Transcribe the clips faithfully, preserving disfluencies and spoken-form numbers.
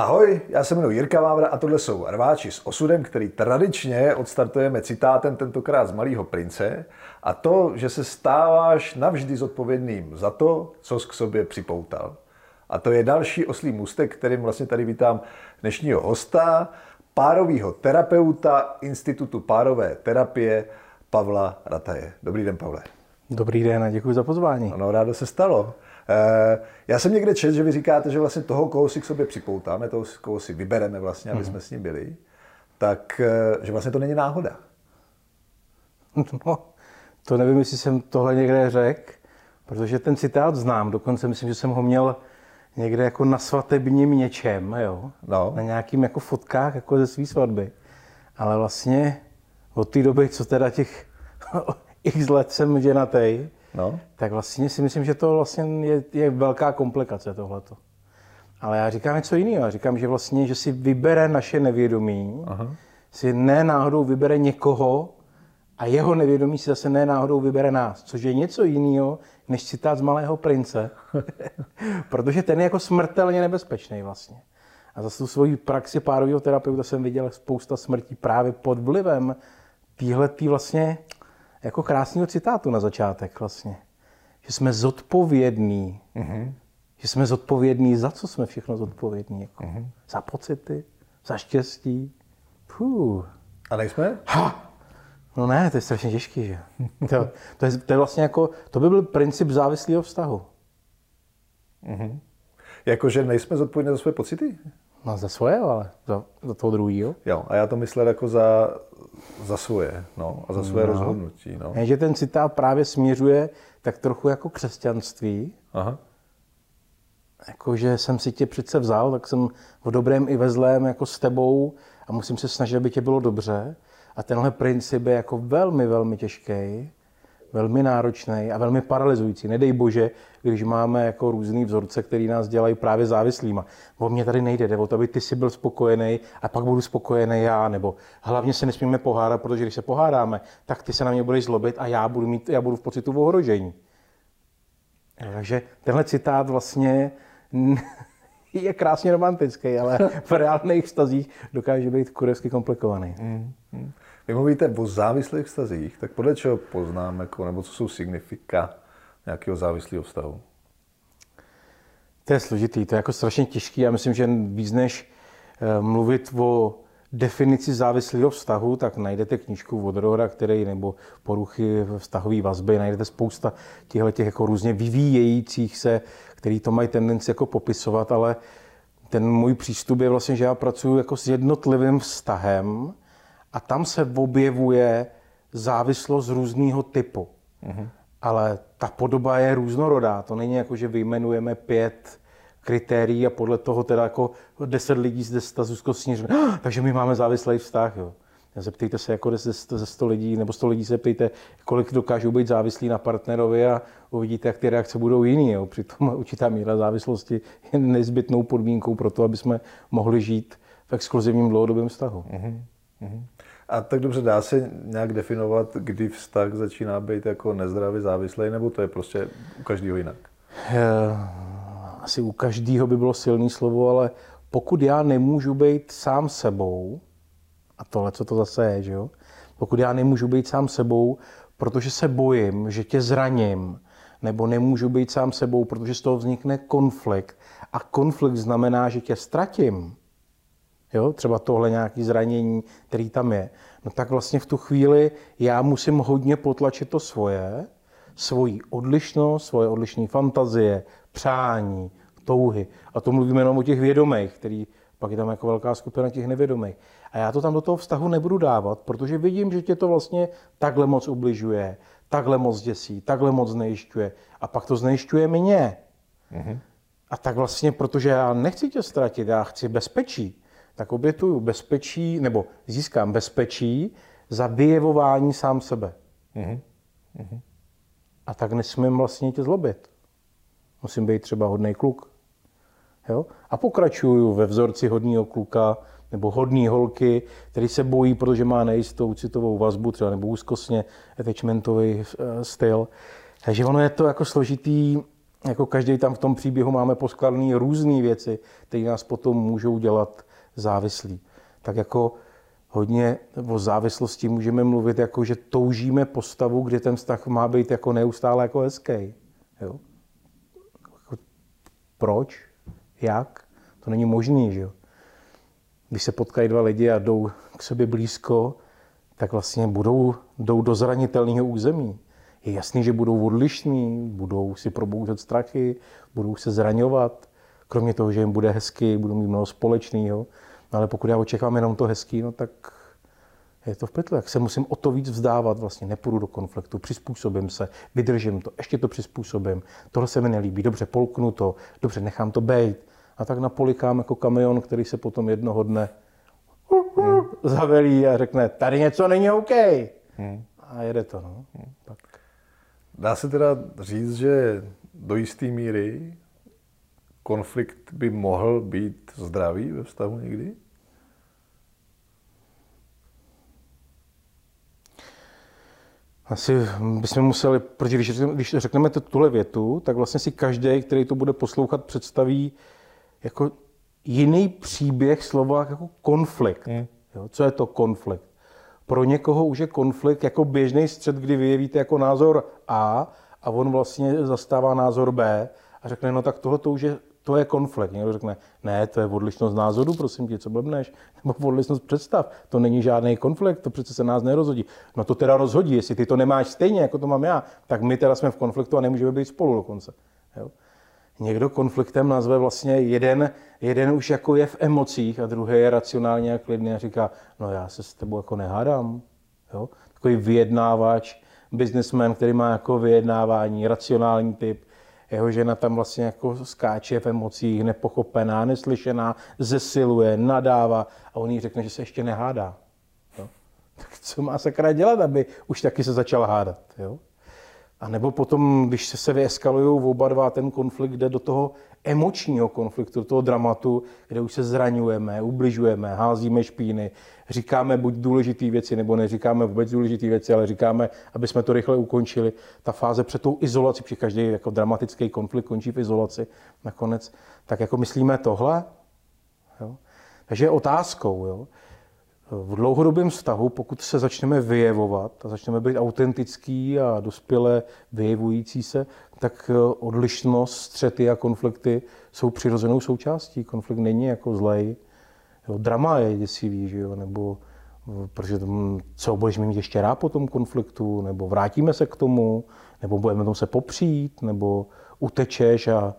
Ahoj, já se jmenuji Jirka Vávra a tohle jsou Rváči s osudem, který tradičně odstartujeme citátem tentokrát z Malého prince. A to, že se stáváš navždy zodpovědným za to, co jsi k sobě připoutal. A to je další oslý můstek, kterým vlastně tady vítám dnešního hosta, párovýho terapeuta Institutu párové terapie Pavla Rataje. Dobrý den, Pavle. Dobrý den a děkuji za pozvání. Ano, rádo se stalo. Já jsem někde četl, že vy říkáte, že vlastně toho, koho si k sobě připoutáme, toho, koho si vybereme vlastně, aby jsme s ním byli, tak že vlastně to není náhoda. No, to nevím, jestli jsem tohle někde řekl, protože ten citát znám, dokonce myslím, že jsem ho měl někde jako na svatebním něčem, jo? No. Na nějakým jako fotkách jako ze své svatby. Ale vlastně od té doby, co teda těch x let jsem ženatej, no. tak vlastně si myslím, že to vlastně je, je velká komplikace tohleto. Ale já říkám něco jiného. Já říkám, že vlastně, že si vybere naše nevědomí, Aha. si ne náhodou vybere někoho a jeho nevědomí si zase ne náhodou vybere nás, což je něco jiného, než citát z Malého prince. Protože ten je jako smrtelně nebezpečný vlastně. A za tu svoji praxi párového terapeuta jsem viděl spousta smrtí právě pod vlivem téhletý vlastně jako krásného citátu na začátek vlastně. Že jsme zodpovědní. Mm-hmm. Že jsme zodpovědní za co jsme všechno zodpovědní. Jako. Mm-hmm. Za pocity, za štěstí. Puh. A nejsme? Ha! No ne, to je strašně těžký, že? To, to, je, to je vlastně jako, to by byl princip závislého vztahu. Mm-hmm. Jakože nejsme zodpovědní za své pocity? No za svoje, ale za, za toho druhého. Jo, a já to myslel jako za, za svoje, no, a za svoje no. rozhodnutí, no. Je, že ten citát právě směřuje tak trochu jako křesťanství. Aha. Jakože jsem si tě přece vzal, tak jsem v dobrém i ve zlém jako s tebou a musím se snažit, aby tě bylo dobře. A tenhle princip je jako velmi, velmi těžký, velmi náročný a velmi paralyzující. Nedej bože, když máme jako různý vzorce, který nás dělají právě závislýma. O mě tady nejde, jde o to, aby ty jsi byl spokojený a pak budu spokojený já, nebo hlavně se nesmíme pohádat, protože když se pohádáme, tak ty se na mě budeš zlobit a já budu mít, já budu v pocitu ohrožení. Takže tenhle citát vlastně je krásně romantický, ale v reálných vztazích dokáže být kurevsky komplikovaný. Mm, mm. Vy mluvíte o závislých vztazích, tak podle čeho poznáme, jako, nebo co jsou signifika nějakého závislého vztahu? To je složitý, to je jako strašně těžký. Já myslím, že víc než mluvit o definici závislého vztahu, tak najdete knížku od Rohra, který, nebo Poruchy vztahové vazby, najdete spousta těchto jako různě vyvíjejících se, který to mají tendenci jako popisovat, ale ten můj přístup je vlastně, že já pracuji jako s jednotlivým vztahem a tam se objevuje závislost různého typu. Mhm. Ale ta podoba je různorodá. To není jako, že vyjmenujeme pět kritérií a podle toho teda jako deset lidí z deseti zúzkostní řekne, ah, takže my máme závislý vztah. Jo. Zeptejte se jako ze sto lidí, nebo sto lidí se ptejte, kolik dokážou být závislí na partnerovi a uvidíte, jak ty reakce budou jiný. Jo. Přitom určitá míra závislosti je nezbytnou podmínkou pro to, aby jsme mohli žít v exkluzivním dlouhodobém vztahu. Mm-hmm. Mm-hmm. A tak dobře, dá se nějak definovat, kdy vztah začíná být jako nezdravě závislý, nebo to je prostě u každého jinak? Asi u každého by bylo silné slovo, ale pokud já nemůžu být sám sebou, a tohle, co to zase je, že jo? Pokud já nemůžu být sám sebou, protože se bojím, že tě zraním, nebo nemůžu být sám sebou, protože z toho vznikne konflikt, a konflikt znamená, že tě ztratím, jo? Třeba tohle nějaké zranění, který tam je, no tak vlastně v tu chvíli já musím hodně potlačit to svoje, svoji odlišnost, svoje odlišné fantazie, přání, touhy. A to mluvíme jenom o těch vědomých, který pak je tam jako velká skupina těch nevědomých. A já to tam do toho vztahu nebudu dávat, protože vidím, že tě to vlastně takhle moc ubližuje, takhle moc děsí, takhle moc znejišťuje. A pak to znejišťuje mě. Mm-hmm. A tak vlastně, protože já nechci tě ztratit, já chci bezpečí, tak obětuju bezpečí, nebo získám bezpečí za vyjevování sám sebe. Mm-hmm. A tak nesmím vlastně tě zlobit. Musím být třeba hodnej kluk. Jo? A pokračuju ve vzorci hodného kluka nebo hodné holky, který se bojí, protože má nejistou citovou vazbu, třeba nebo úzkostně attachmentový styl. Takže ono je to jako složitý jako každý tam v tom příběhu máme poskladané různé věci, které nás potom můžou dělat závislí. Tak jako hodně o závislosti můžeme mluvit, jako že toužíme postavu, kde ten vztah má být jako neustále jako hezký. Jo? Proč? Jak? To není možný, že jo? Když se potkají dva lidi a jdou k sobě blízko, tak vlastně budou, jdou do zranitelného území. Je jasný, že budou odlišní, budou si probouzet strachy, budou se zraňovat, kromě toho, že jim bude hezky, budou mít mnoho společného. No ale pokud já očekávám jenom to hezký, no tak je to v pytli. Jak se musím o to víc vzdávat, vlastně nepůjdu do konfliktu, přizpůsobím se, vydržím to, ještě to přizpůsobím. Tohle se mi nelíbí, dobře, polknu to, dobře, nechám to bejt. A tak napolikám jako kamion, který se potom jednoho dne hmm. zavelí a řekne, tady něco není OK. Hmm. A jede to. No. Hmm. Tak. Dá se teda říct, že do jisté míry konflikt by mohl být zdravý ve vztahu někdy? Asi bychom museli, protože když, když řekneme tuhle větu, tak vlastně si každý, který to bude poslouchat, představí jako jiný příběh slova jako konflikt. Hmm. Jo, co je to konflikt? Pro někoho už je konflikt jako běžný střet, kdy vyjevíte jako názor A a on vlastně zastává názor B a řekne, no tak tohle to už je, to je konflikt. Někdo řekne, ne, to je odlišnost názoru, prosím tě, co blbneš? Nebo odlišnost představ, to není žádný konflikt, to přece se nás nerozhodí. No to teda rozhodí, jestli ty to nemáš stejně, jako to mám já, tak my teda jsme v konfliktu a nemůžeme být spolu dokonce. Jo? Někdo konfliktem nazve vlastně jeden, jeden už jako je v emocích a druhý je racionálně a klidný a říká, no já se s tebou jako nehádám. Jo? Takový vyjednávač, businessman, který má jako vyjednávání, racionální typ. Jeho žena tam vlastně jako skáče v emocích, nepochopená, neslyšená, zesiluje, nadává a on jí řekne, že se ještě nehádá. Jo? Tak co má sakra dělat, aby už taky se začal hádat? Jo? A nebo potom, když se, se vyeskalují oba dva, ten konflikt jde do toho emočního konfliktu, do toho dramatu, kde už se zraňujeme, ubližujeme, házíme špíny, říkáme buď důležité věci, nebo neříkáme vůbec důležité věci, ale říkáme, aby jsme to rychle ukončili. Ta fáze před tou izolací, protože každý jako dramatický konflikt končí v izolaci nakonec, tak jako myslíme tohle. Jo? Takže je otázkou, jo? V dlouhodobém vztahu, pokud se začneme vyjevovat a začneme být autentický a dospěle vyjevující se, tak odlišnost, střety a konflikty jsou přirozenou součástí. Konflikt není jako zlej. Jo, drama je děsivý, že jo? Nebo protože co budeš mít ještě rád po tom konfliktu, nebo vrátíme se k tomu, nebo budeme tomu se popřít, nebo utečeš a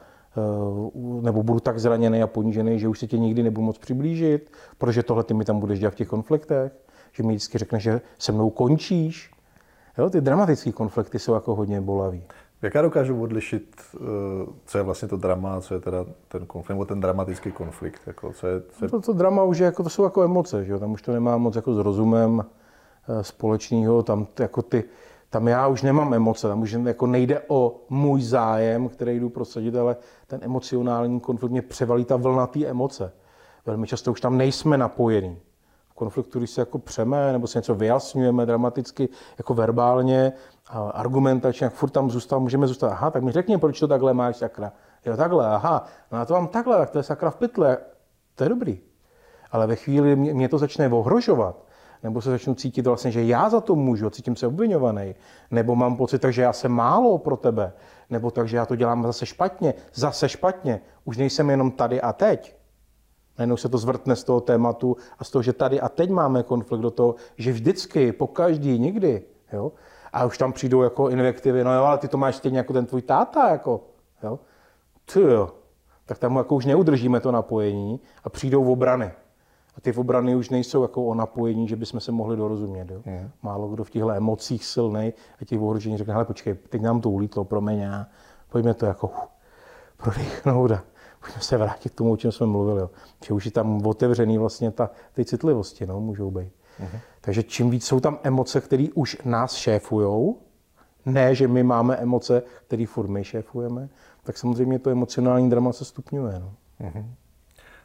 nebo budu tak zraněný a ponížený, že už se tě nikdy nebudu moc přiblížit, protože tohle ty mi tam budeš dělat v těch konfliktech, že mi vždycky řekneš, že se mnou končíš. Jo, ty dramatické konflikty jsou jako hodně bolavý. Jak já dokážu odlišit, co je vlastně to drama, co je teda ten konflikt, nebo ten dramatický konflikt? Jako, co je, co je... To, to drama už je, jako, to jsou jako emoce, že jo? Tam už to nemá moc jako s rozumem společného, tam jako ty Tam já už nemám emoce, tam už jako nejde o můj zájem, který jdu prosadit, ale ten emocionální konflikt mě převalí ta vlna té emoce. Velmi často už tam nejsme napojení. V konfliktu, když se jako přeme, nebo se něco vyjasňujeme dramaticky, jako verbálně, a argumentačně, jak furt tam zůstal, můžeme zůstat. Aha, tak mi řekni, proč to takhle máš, sakra. Jo, takhle, aha, no já to mám takhle, tak to je sakra v pytle. To je dobrý. Ale ve chvíli mě to začne ohrožovat, nebo se začnu cítit vlastně, že já za to můžu, cítím se obviňovaný, nebo mám pocit, že já jsem málo pro tebe, nebo tak, že já to dělám zase špatně, zase špatně, už nejsem jenom tady a teď. Najednou se to zvrtne z toho tématu a z toho, že tady a teď máme konflikt, do toho, že vždycky, po každý, nikdy. Jo? A už tam přijdou jako invektivy, no jo, ale ty to máš stejně jako ten tvůj táta, jako, jo. Ty jo. Tak tam jako už neudržíme to napojení a přijdou obrany. A ty obrany už nejsou jako o napojení, že bychom se mohli dorozumět. Jo? Mm. Málo kdo v těchto emocích silnej a těch ohrožení řekne, hele počkej, teď nám to ulítlo, promiň, a pojďme to jako uh, prodechnout a pojďme se vrátit k tomu, o čem jsme mluvili. Jo? Že už je tam otevřený vlastně ta, ty citlivosti, no, můžou být. Mm. Takže čím víc jsou tam emoce, které už nás šéfujou, ne, že my máme emoce, které furt my šéfujeme, tak samozřejmě to emocionální drama se stupňuje. No. Mm.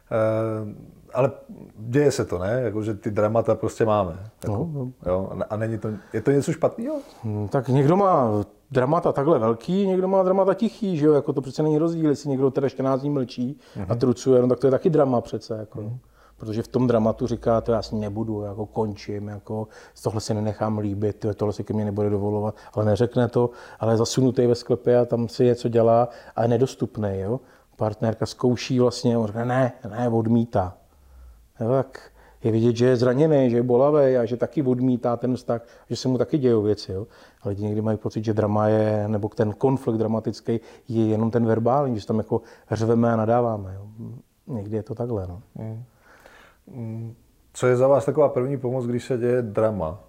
ale děje se to, ne? Jako, že ty dramata prostě máme. Jako, no, no. Jo? A není to, je to něco špatného? Hmm, tak někdo má dramata takhle velký, někdo má dramata tichý, že jo? Jako to přece není rozdíl, jestli někdo teda čtrnáct dní mlčí mm-hmm. a trucuje, no tak to je taky drama přece. Jako. Mm-hmm. Protože v tom dramatu říká, to já s ní nebudu, jako končím, jako tohle si nenechám líbit, tohle si ke mně nebude dovolovat, ale neřekne to, ale je zasunutý ve sklepě a tam si něco dělá a je nedostupný. Jo? Partnerka zkouší vlastně, on říká, ne, ne, odmítá. Jo, tak je vidět, že je zraněný, že je bolavý a že taky odmítá ten vztah, že se mu taky dějou věci. Jo? Ale lidi někdy mají pocit, že drama je, nebo ten konflikt dramatický je jenom ten verbální, že tam jako řveme a nadáváme. Jo? Někdy je to takhle. No. Mm. Co je za vás taková první pomoc, když se děje drama?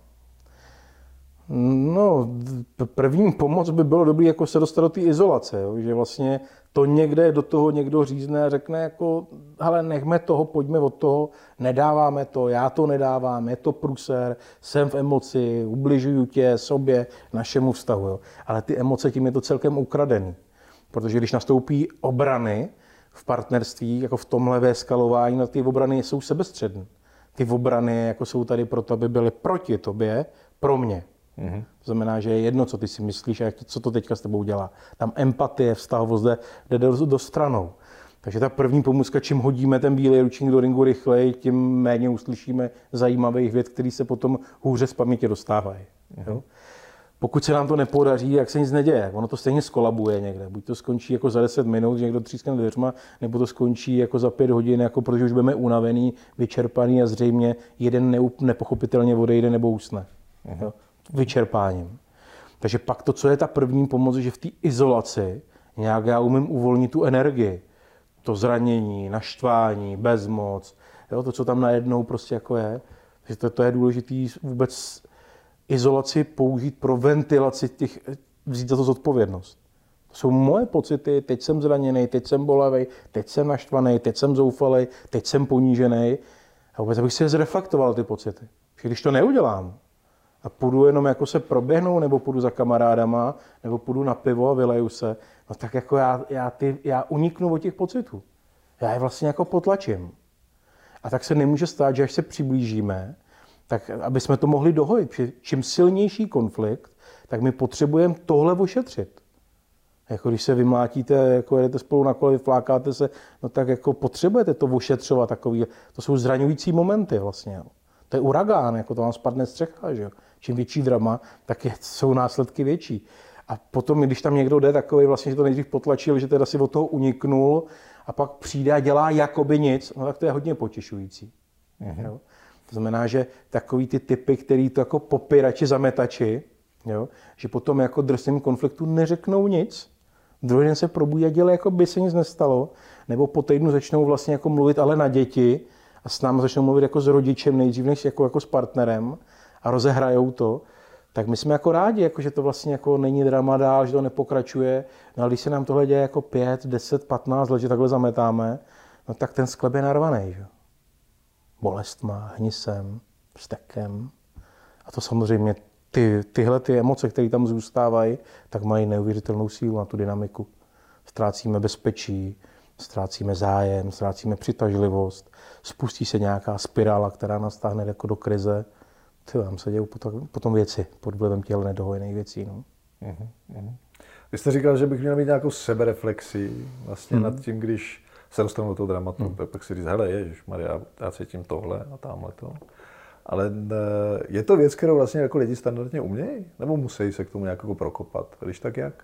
No, první pomoc by bylo dobré jako se dostat do té izolace, jo? Že vlastně to někde do toho někdo řízne a řekne jako, hele, nechme toho, pojďme od toho, nedáváme to, já to nedávám, je to průser, jsem v emoci, ubližuju tě, sobě, našemu vztahu. Jo? Ale ty emoce, tím je to celkem ukradený. Protože když nastoupí obrany v partnerství, jako v tomhle veskalování, no ty obrany jsou sebestředné. Ty obrany jako jsou tady proto, aby byly proti tobě, pro mě. Mm-hmm. To znamená, že je jedno, co ty si myslíš a co to teďka s tebou dělá. Tam empatie, vztahovost jde, jde do, do stranou. Takže ta první pomůcka, čím hodíme ten bílej ručník do ringu rychleji, tím méně uslyšíme zajímavých vět, které se potom hůře z paměti dostávají. Mm-hmm. Pokud se nám to nepodaří, jak se nic neděje. Ono to stejně skolabuje někde. Buď to skončí jako za deset minut, že někdo třískne dveřma, nebo to skončí jako za pět hodin, jako protože už budeme unavený, vyčerpaný a zřejmě jeden nepochopitelně odejde nebo usne. Uh-huh. Vyčerpáním. Takže pak to, co je ta první pomoc, že v té izolaci nějak já umím uvolnit tu energii. To zranění, naštvání, bezmoc, jo, to, co tam najednou prostě jako je. Takže to, to je důležité vůbec izolaci použít pro ventilaci těch, vzít za to zodpovědnost. To jsou moje pocity, teď jsem zraněný, teď jsem bolavý, teď jsem naštvaný, teď jsem zoufalý, teď jsem ponížený. A vůbec abych si je zreflektoval ty pocity. Že když to neudělám a půjdu jenom jako se proběhnout, nebo půjdu za kamarádama, nebo půjdu na pivo a vyleju se, no tak jako já, já, ty, já uniknu od těch pocitů. Já je vlastně jako potlačím. A tak se nemůže stát, že až se přiblížíme, tak aby jsme to mohli dohojit. Čím silnější konflikt, tak my potřebujeme tohle ošetřit. Jako když se vymlátíte, jako jedete spolu na kole, vyflákáte se, no tak jako potřebujete to ošetřovat takový. To jsou zraňující momenty vlastně. Jo. To je uragán, jako to vám spadne střecha, že jo. Čím větší drama, tak je, jsou následky větší. A potom, když tam někdo jde takový, vlastně, že to nejdřív potlačil, že teda si od toho uniknul a pak přijde a dělá jakoby nic, no tak to je hodně potěšující. Mhm. Jo. To znamená, že takový ty typy, který to jako popírači, zametači, jo, že potom jako drsným konfliktu neřeknou nic, druhý den se probudí a dělají, jako by se nic nestalo, nebo po týdnu začnou vlastně jako mluvit ale na děti a s námi začnou mluvit jako s rodičem nejdřív, než jako, jako s partnerem a rozehrajou to, tak my jsme jako rádi, jako, že to vlastně jako není drama dál, že to nepokračuje, no ale když se nám tohle děje jako pět, deset, patnáct let, že takhle zametáme, no tak ten sklep je narvaný, že? Bolestma, hnisem, vztekem. A to samozřejmě ty, tyhle ty emoce, které tam zůstávají, tak mají neuvěřitelnou sílu na tu dynamiku. Ztrácíme bezpečí, ztrácíme zájem, ztrácíme přitažlivost, spustí se nějaká spirála, která nás táhne jako do krize. Ty, tam se dějou potom, potom věci, pod vlivem těchto nedohojených věcí. No. Uh-huh, uh-huh. Vy jste říkal, že bych měl mít nějakou sebereflexi vlastně uh-huh. nad tím, když se dostanu do toho dramatu, hmm. pak si říct, hele, ježišmarja, já cítím tohle a tamhle to. Ale je to věc, kterou vlastně jako lidi standardně umějí? Nebo musí se k tomu nějak jako prokopat? Když tak jak?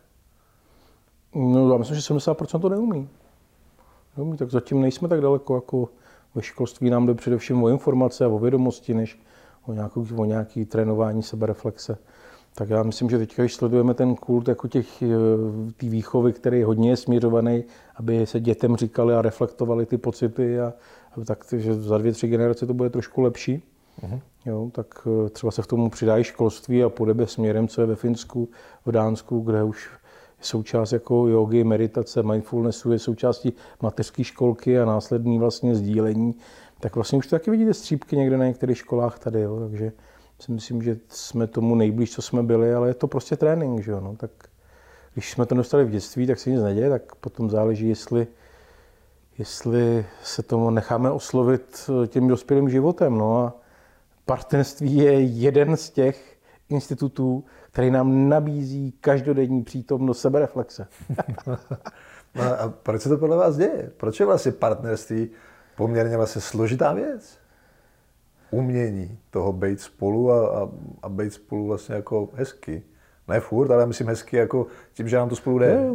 No, já myslím, že sedmdesát procent to neumí. neumí. Tak zatím nejsme tak daleko, jako ve školství nám jde především o informace a o vědomosti, než o nějaký, o nějaký trénování sebereflexe. Tak já myslím, že teďka, když sledujeme ten kult jako těch tý výchovy, který hodně je směřovaný, aby se dětem říkali a reflektovali ty pocity, a, a tak, že za dvě, tři generace to bude trošku lepší. Uh-huh. Jo, tak třeba se k tomu přidají školství a půjde směrem, co je ve Finsku, v Dánsku, kde už součást jako jogy, meditace, mindfulnessu je součástí mateřské školky a následný vlastně sdílení. Tak vlastně už to taky vidíte střípky někde na některých školách tady, jo, takže si myslím, že jsme tomu nejblíž, co jsme byli, ale je to prostě trénink, že jo, no, tak když jsme to dostali v dětství, tak se nic neděje, tak potom záleží, jestli, jestli se tomu necháme oslovit tím dospělým životem. No a partnerství je jeden z těch institutů, který nám nabízí každodenní přítomnost sebereflexe. No a proč se to podle vás děje? Proč je vlastně partnerství poměrně vlastně složitá věc? Umění toho být spolu a, a, a být spolu vlastně jako hezky. Ne furt, ale já myslím hezky jako tím, že nám to spolu jde.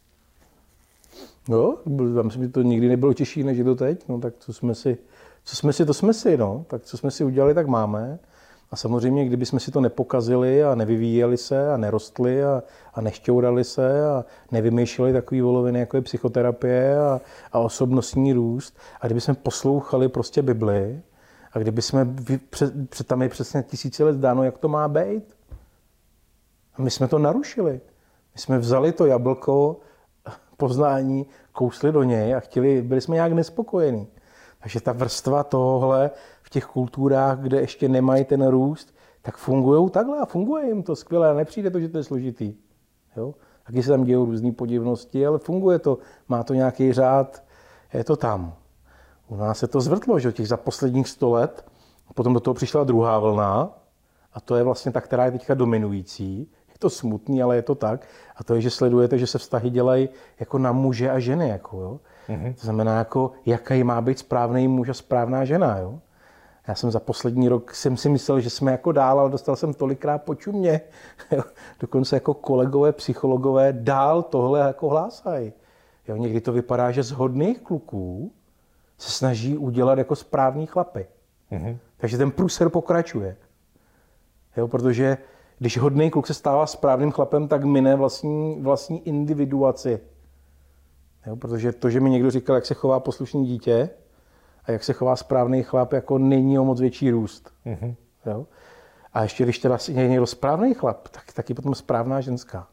No, já myslím, že to nikdy nebylo těžší, než je to teď. No tak co jsme si, co jsme si, to jsme si, no. Tak co jsme si udělali, tak máme. A samozřejmě, kdyby jsme si to nepokazili a nevyvíjeli se a nerostli a, a nešťourali se a nevymýšleli takový voloviny, jako je psychoterapie a, a osobnostní růst, a kdyby jsme poslouchali prostě Bibli a kdyby jsme před, před tam je přesně tisíce let dáno, jak to má být. A my jsme to narušili. My jsme vzali to jablko poznání, kousli do něj a chtěli, byli jsme nějak nespokojení. Takže ta vrstva tohohle v těch kulturách, kde ještě nemají ten růst, tak fungují takhle a funguje jim to skvěle. A nepřijde to, že to je složitý. Jo? Taky se tam dějou různé podivnosti, ale funguje to. Má to nějaký řád, je to tam. U nás se to zvrtlo, že těch za posledních sto let, potom do toho přišla druhá vlna a to je vlastně ta, která je teďka dominující. Je to smutný, ale je to tak. A to je, že sledujete, že se vztahy dělají jako na muže a ženy. Jako, jo? Mm-hmm. To znamená, jako, jaký má být správný muž a správná žena. Jo? Já jsem za poslední rok jsem si myslel, že jsme jako dál, ale dostal jsem tolikrát po čumě. Jo? Dokonce jako kolegové, psychologové dál tohle jako hlásají. Jo? Někdy to vypadá, že z hodných kluků se snaží udělat jako správný chlapy. Mm-hmm. Takže ten průser pokračuje. Jo? Protože když hodný kluk se stává správným chlapem, tak mine vlastní, vlastní individuaci. Jo, protože to, že mi někdo říkal, jak se chová poslušný dítě a jak se chová správný chlap, jako není o moc větší růst. Mm-hmm. Jo? A ještě když teda je někdo správný chlap, tak taky potom správná ženská.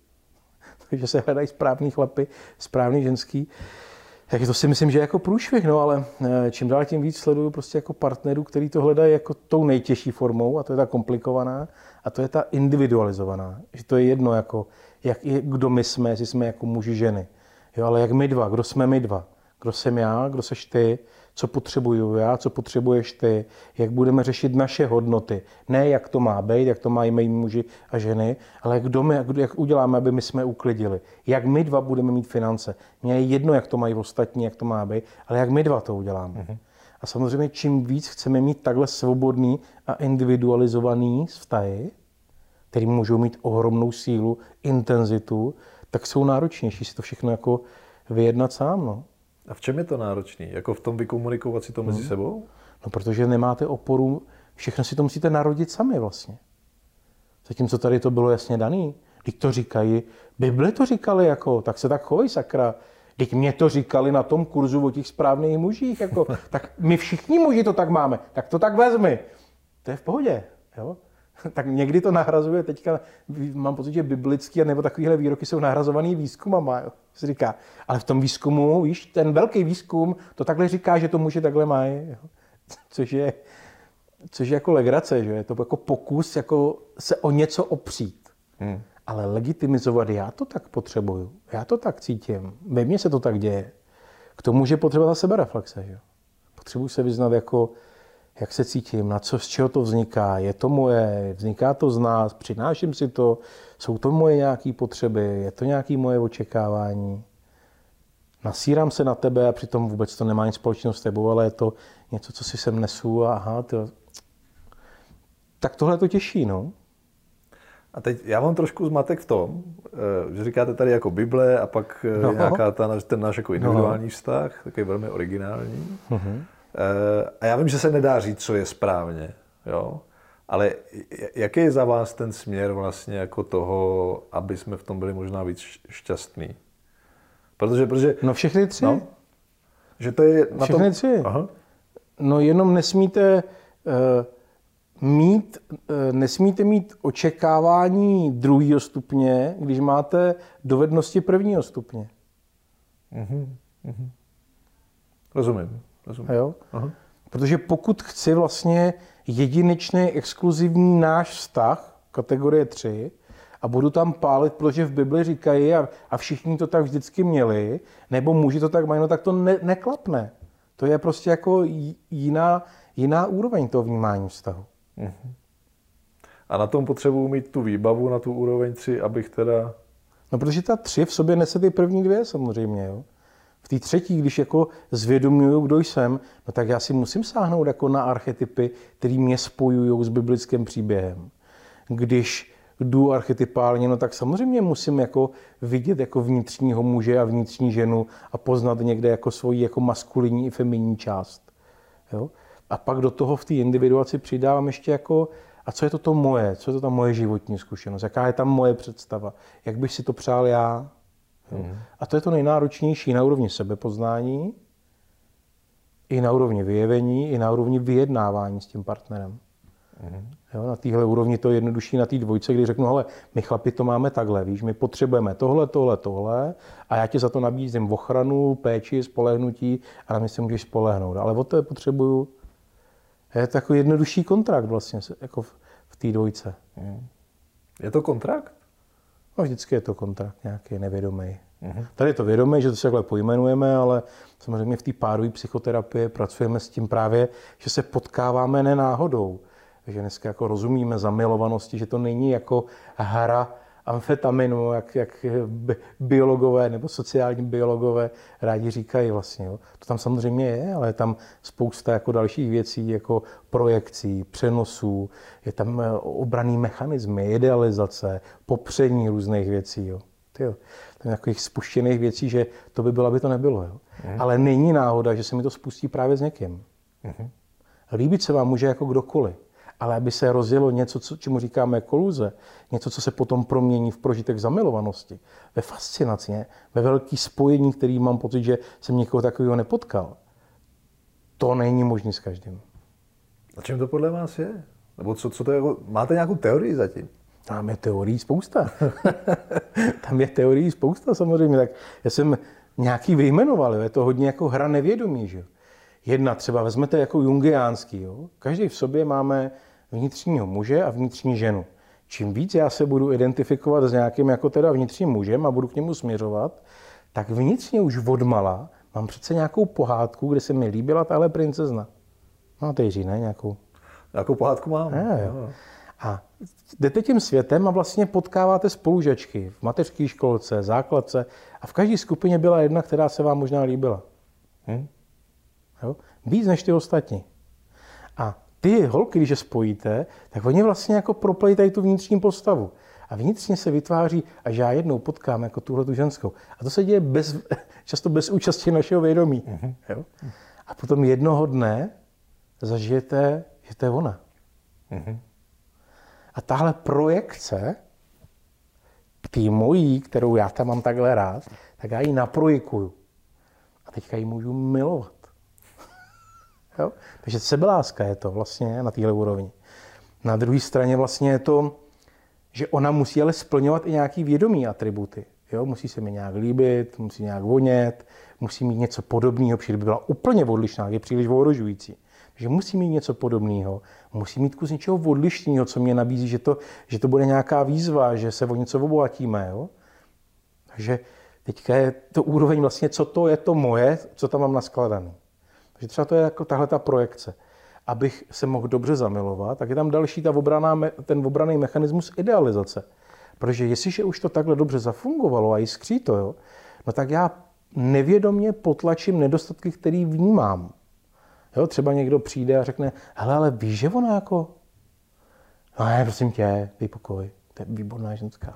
Takže se hledají správný chlapy, správný ženský. Tak to si myslím, že je jako průšvih, no, ale čím dál tím víc sleduju prostě jako partnerů, který to hledají jako tou nejtěžší formou, a to je ta komplikovaná, a to je ta individualizovaná. Že to je jedno, jako, jak, kdo my jsme, jestli jsme jako muži, ženy. Jo, ale jak my dva, kdo jsme my dva? Kdo jsem já, kdo seš ty, co potřebuju já, co potřebuješ ty, jak budeme řešit naše hodnoty. Ne jak to má být, jak to mají mý muži a ženy, ale jak, my, jak uděláme, aby my jsme uklidili. Jak my dva budeme mít finance. Mně je jedno, jak to mají ostatní, jak to má být, ale jak my dva to uděláme. Mm-hmm. A samozřejmě čím víc chceme mít takhle svobodný a individualizovaný vztahy, který můžou mít ohromnou sílu, intenzitu, tak jsou náročnější si to všechno jako vyjednat sám. No. A v čem je to náročný? Jako v tom vykomunikovat si to mezi hmm. sebou? No, protože nemáte oporu, všechno si to musíte narodit sami vlastně. Zatímco tady to bylo jasně daný. Když to říkají, Bible to říkali, jako, tak se tak chovej, sakra. Teď mě to říkali na tom kurzu o těch správných mužích, jako, tak my všichni muži to tak máme, tak to tak vezmi. To je v pohodě, jo? Tak někdy to nahrazuje, teďka mám pocit, že biblický nebo takovéhle výroky jsou nahrazovaný výzkumama, jo? Se říká. Ale v tom výzkumu, víš, ten velký výzkum to takhle říká, že to muži takhle mají, jo? Což je, což je jako legrace, že je to jako pokus jako se o něco opřít. Hmm. Ale legitimizovat, já to tak potřebuju, já to tak cítím, ve mně se to tak děje. K tomu, že potřeba sebereflexe, že jo? Potřebuji se vyznat jako jak se cítím, na co, z čeho to vzniká, je to moje, vzniká to z nás, přináším si to, jsou to moje nějaké potřeby, je to nějaké moje očekávání. Nasírám se na tebe a přitom vůbec to nemá nic společného s tebou, ale je to něco, co si sem nesu a aha, to... tak tohle to těší, no. A teď já mám trošku zmatek v tom, že říkáte tady jako Bible a pak no. nějaká ta, ten náš jako individuální no. vztah, takový velmi originální. Uh-huh. A já vím, že se nedá říct, co je správně, jo? Ale jaký je za vás ten směr vlastně jako toho, aby jsme v tom byli možná víc šťastní? Protože, protože no všechny tři. No, že to je na všechny tom... tři. Aha. No jenom nesmíte uh, mít, uh, nesmíte mít očekávání druhého stupně, když máte dovednosti prvního stupně. Mhm. Mhm. Rozumím. Jo? Protože pokud chci vlastně jedinečný, exkluzivní náš vztah, kategorie tři, a budu tam pálit, protože v Bibli říkají a, a všichni to tak vždycky měli, nebo muži to tak mají, no tak to ne, neklapne. To je prostě jako jiná, jiná úroveň toho vnímání vztahu. Mm-hmm. A na tom potřebuji mít tu výbavu na tu úroveň tři, abych teda... No protože ta tři v sobě nese ty první dvě samozřejmě, jo. V té třetí, když jako zvědomuju, kdo jsem, no tak já si musím sáhnout jako na archetypy, které mě spojují s biblickým příběhem. Když jdu archetypálně, no tak samozřejmě musím jako vidět jako vnitřního muže a vnitřní ženu a poznat někde jako svoji jako maskulinní i feminní část. Jo? A pak do toho v té individuaci přidávám ještě jako, a co je to to moje, co je to ta moje životní zkušenost, jaká je tam moje představa, jak bych si to přál já. Mm. A to je to nejnáročnější na úrovni sebepoznání, i na úrovni vyjevení, i na úrovni vyjednávání s tím partnerem. Mm. Jo, na téhle úrovni to je jednodušší na té dvojce, kdy řeknu, hele, my chlapi to máme takhle, víš, my potřebujeme tohle, tohle, tohle a já ti za to nabízím ochranu, péči, spolehnutí a na mě se můžeš spolehnout. Ale o to je potřebuju. Je to takový jednodušší kontrakt vlastně, jako v, v té dvojce. Mm. Je to kontrakt? No, vždycky je to kontrakt nějaký nevědomý. Mm-hmm. Tady je to vědomý, že to se takhle pojmenujeme, ale samozřejmě v té párové psychoterapii pracujeme s tím právě, že se potkáváme nenáhodou. Že dneska jako rozumíme zamilovanosti, že to není jako hra amfetaminu, jak, jak biologové nebo sociální biologové rádi říkají vlastně. Jo. To tam samozřejmě je, ale je tam spousta jako dalších věcí, jako projekcí, přenosů, je tam obranný mechanismy, idealizace, popření různých věcí. Jo. Tyjo. Tam je takových spuštěných věcí, že to by bylo, aby to nebylo. Jo. Mm. Ale není náhoda, že se mi to spustí právě s někým. Mm. Líbit se vám může jako kdokoliv. Ale aby se rozjelo něco, co, čemu říkáme koluze, něco, co se potom promění v prožitek zamilovanosti, ve fascinaci, ve velký spojení, který mám pocit, že jsem někoho takového nepotkal, to není možné s každým. A čím to podle vás je? Nebo co, co to je? Máte nějakou teorii zatím? Tam je teorií spousta. Tam je teorií spousta samozřejmě. Tak já jsem nějaký vyjmenoval, je to hodně jako hra nevědomí. Že? Jedna třeba vezmete jako jungiánský. Jo? Každý v sobě máme vnitřního muže a vnitřní ženu. Čím víc já se budu identifikovat s nějakým jako teda vnitřním mužem a budu k němu směřovat, tak vnitřně už odmala mám přece nějakou pohádku, kde se mi líbila tahle princezna. Máte Jiří, ne? Nějakou? Nějakou pohádku mám. Ne, jo. A jdete tím světem a vlastně potkáváte spolužačky v mateřské školce, základce a v každé skupině byla jedna, která se vám možná líbila. Hm? Jo? Víc než ty ostatní. A ty holky, když je spojíte, tak oni vlastně jako proplejtají tu vnitřní postavu. A vnitřně se vytváří, až já jednou potkám jako tuhle tu ženskou. A to se děje bez, často bez účasti našeho vědomí. Mm-hmm. Jo? A potom jednoho dne zažijete, že to je ona. Mm-hmm. A tahle projekce, tý mojí, kterou já tam mám takhle rád, tak já ji naprojikuju. A teďka ji můžu milovat. Jo? Takže sebeláska je to vlastně na téhle úrovni. Na druhé straně vlastně je to, že ona musí ale splňovat i nějaký vědomý atributy. Jo? Musí se mi nějak líbit, musí nějak vonět, musí mít něco podobného, protože by byla úplně odlišná, je příliš ohrožující. Takže musí mít něco podobného, musí mít kus něčeho odlišného, co mě nabízí, že to, že to bude nějaká výzva, že se o něco obohatíme. Jo? Takže teďka je to úroveň vlastně, co to je to moje, co tam mám naskladané. Takže třeba to je jako tahle ta projekce. Abych se mohl dobře zamilovat, tak je tam další ta obraná, ten obranný mechanismus idealizace. Protože jestliže už to takhle dobře zafungovalo a jiskří to, jo, no tak já nevědomě potlačím nedostatky, který vnímám. Jo, třeba někdo přijde a řekne, hele, ale víš, že ona jako... No ne, prosím tě, dej pokoj, to je výborná ženská.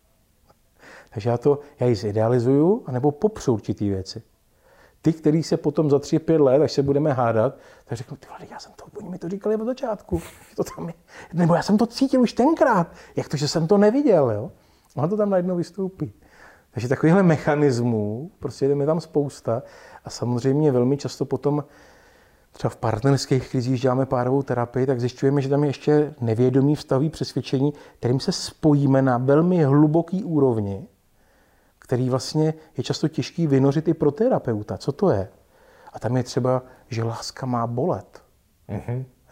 Takže já to, já ji zidealizuju, anebo popřu určitý věci. Ty, který se potom za tři, pět let, až se budeme hádat, tak řeknu, ty vole, já jsem to, oni mi to říkali od začátku. To tam je. Nebo já jsem to cítil už tenkrát. Jak to, že jsem to neviděl, jo? Ono to tam najednou vystoupí. Takže takovýchhle mechanismů, prostě jdeme tam spousta a samozřejmě velmi často potom třeba v partnerských krizích děláme párovou terapii, tak zjišťujeme, že tam je ještě nevědomý vztahový přesvědčení, kterým se spojíme na velmi hluboký úrovni, který vlastně je často těžký vynořit i pro terapeuta. Co to je? A tam je třeba, že láska má bolet. Mm-hmm. Jo?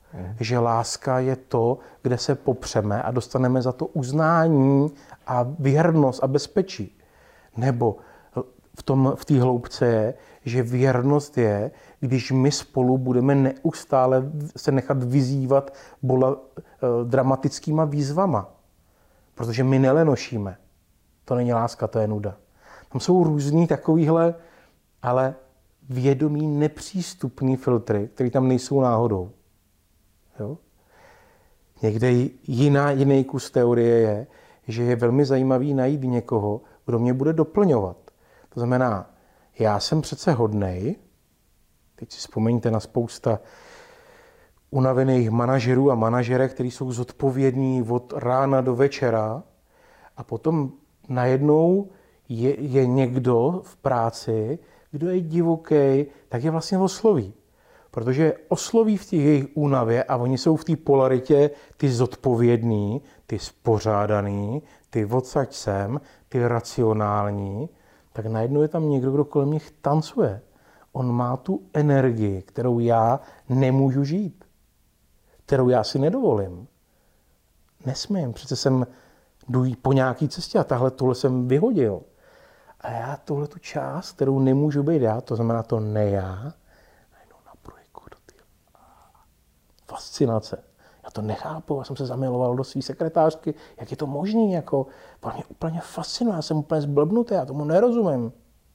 Mm. Že láska je to, kde se popřeme a dostaneme za to uznání a věrnost a bezpečí. Nebo v tom, v té hloubce je, že věrnost je, když my spolu budeme neustále se nechat vyzývat bola, eh, dramatickýma výzvama. Protože my nelenošíme. To není láska, to je nuda. Tam jsou různý takovýhle, ale vědomí nepřístupný filtry, které tam nejsou náhodou. Jo? Někde jiná, jiný kus teorie je, že je velmi zajímavý najít někoho, kdo mě bude doplňovat. To znamená, já jsem přece hodnej, teď si vzpomeňte na spousta unavených manažerů a manažerek, kteří jsou zodpovědní od rána do večera a potom najednou je, je někdo v práci, kdo je divoký, tak je vlastně osloví. Protože osloví v té jejich únavě a oni jsou v té polaritě ty zodpovědný, ty spořádaný, ty odsaď sem, ty racionální, tak najednou je tam někdo, kdo kolem nich tancuje. On má tu energii, kterou já nemůžu žít, kterou já si nedovolím. Nesmím, přece jsem jdu po nějaký cestě a tahle tohle jsem vyhodil. A já tuhle tu část, kterou nemůžu být já, to znamená to ne já, najednou na projektu do té fascinace. Já to nechápu, já jsem se zamiloval do své sekretářky, jak je to možný, jako, to mě úplně fascinuje, já jsem úplně zblbnutý, já tomu nerozumím.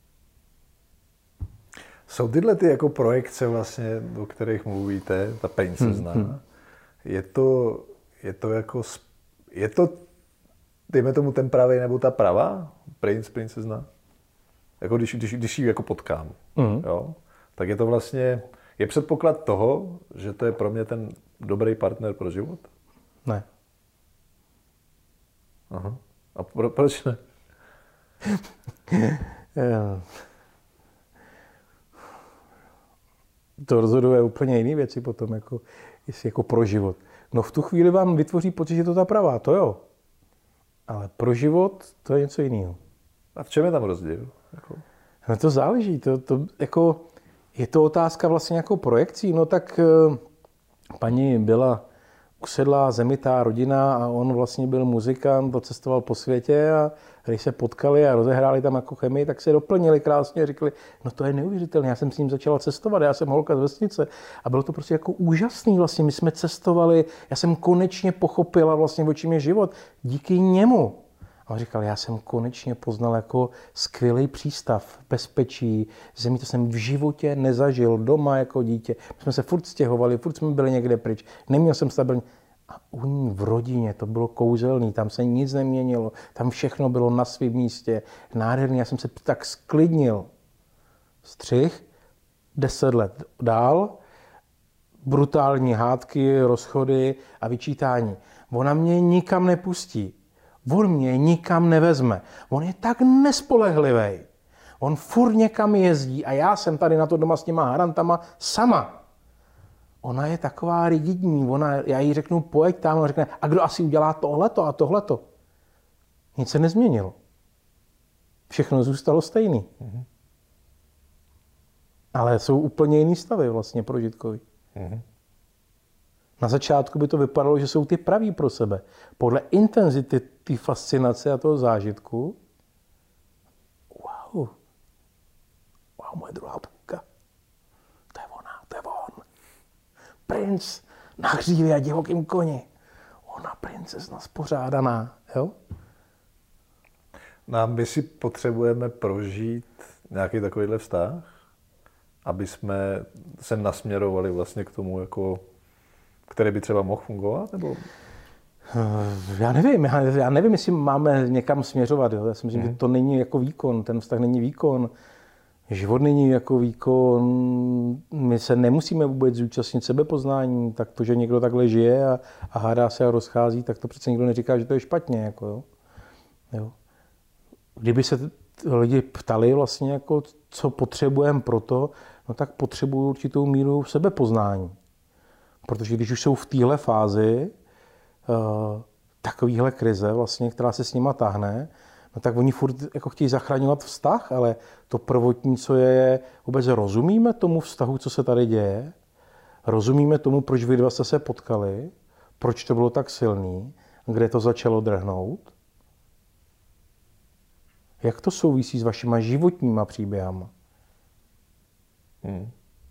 Jsou tyhle ty jako projekce vlastně, o kterých mluvíte, ta princezna, hmm, hmm. je to, je to jako, je to, dejme tomu ten pravý nebo ta pravá, princ, princezna? Jako když, když, když ji jako potkám, hmm. jo? Tak je to vlastně, je předpoklad toho, že to je pro mě ten dobrý partner pro život? Ne. Aha. A pro, proč ne? To rozhoduje úplně jiné věci potom, jako, jestli jako pro život. No v tu chvíli vám vytvoří pocit, že to ta pravá, to jo. Ale pro život to je něco jiného. A v čem je tam rozdíl? Jako... No to záleží. To, to, jako, je to otázka vlastně jako projekcí. No tak paní byla usedlá, zemitá rodina a on vlastně byl muzikant, cestoval po světě a když se potkali a rozehráli tam jako chemii, tak se doplnili krásně a řekli, no to je neuvěřitelné, já jsem s ním začala cestovat, já jsem holka z vesnice a bylo to prostě jako úžasný vlastně, my jsme cestovali, já jsem konečně pochopila vlastně, o čem je život, díky němu. A on říkal, já jsem konečně poznal jako skvělý přístav, bezpečí, zemí, to jsem v životě nezažil, doma jako dítě. My jsme se furt stěhovali, furt jsme byli někde pryč, neměl jsem stabilní. A u ní v rodině to bylo kouzelný, tam se nic neměnilo, tam všechno bylo na svém místě, nádherný, já jsem se tak sklidnil. Střih, deset let dál, brutální hádky, rozchody a vyčítání. Ona mě nikam nepustí. On mě nikam nevezme. On je tak nespolehlivý. On furt někam jezdí a já jsem tady na to doma s těma harantama sama. Ona je taková rigidní. Ona, já jí řeknu, pojď tam, ona řekne, a kdo asi udělá tohleto a tohleto. Nic se nezměnilo. Všechno zůstalo stejný. Mm-hmm. Ale jsou úplně jiný stavy vlastně prožitkový. Mm-hmm. Na začátku by to vypadalo, že jsou ty praví pro sebe. Podle intenzity té fascinace a toho zážitku, wow, wow, moje druhá půlka, to je ona, to je on. Princ na hřívě a divokým koni. Ona princezna spořádaná, jo? No, my si potřebujeme prožít nějaký takovýhle vztah, aby jsme se nasměrovali vlastně k tomu, jako, který by třeba mohl fungovat, nebo... Já nevím, já, já nevím, jestli máme někam směřovat. Jo. Já si myslím, mm. že to není jako výkon, ten vztah není výkon. Život není jako výkon, my se nemusíme vůbec zúčastnit sebepoznání, tak to, že někdo takhle žije a, a hádá se a rozchází, tak to přece nikdo neříká, že to je špatně. Jako, jo. Jo. Kdyby se lidi ptali vlastně, jako, co potřebujeme pro to, no tak potřebují určitou míru sebepoznání. Protože když už jsou v téhle fázi, Uh, takovýhle krize, vlastně, která se s nima táhne, no tak oni furt jako chtějí zachraňovat vztah, ale to prvotní, co je, je vůbec rozumíme tomu vztahu, co se tady děje. Rozumíme tomu, proč vy dva jste se potkali, proč to bylo tak silný, kde to začalo drhnout? Jak to souvisí s vašima životníma příběhama? Hmm.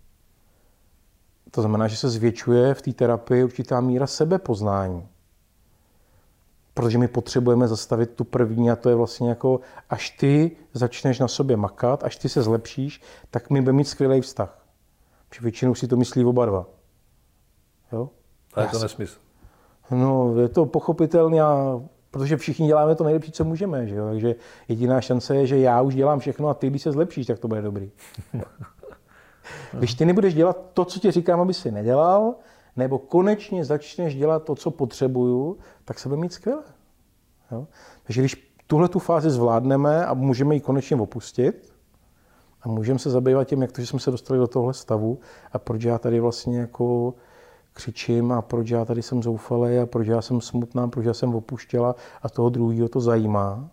To znamená, že se zvětšuje v té terapii určitá míra sebepoznání. Protože my potřebujeme zastavit tu první a to je vlastně jako, až ty začneš na sobě makat, až ty se zlepšíš, tak my budeme mít skvělý vztah. Protože většinou si to myslí oba dva. Jo? A je to nesmysl. No, je to pochopitelné, protože všichni děláme to nejlepší, co můžeme. Že jo? Takže jediná šance je, že já už dělám všechno a ty, když se zlepšíš, tak to bude dobrý. Když ty nebudeš dělat to, co ti říkám, aby si nedělal, nebo konečně začneš dělat to, co potřebuju, tak se bude mít skvěle. Jo? Takže když tuhle tu fázi zvládneme a můžeme ji konečně opustit a můžeme se zabývat tím, jak to, že jsme se dostali do tohle stavu a proč já tady vlastně jako křičím a proč já tady jsem zoufalý a proč já jsem smutná, proč já jsem opuštěla a toho druhého to zajímá.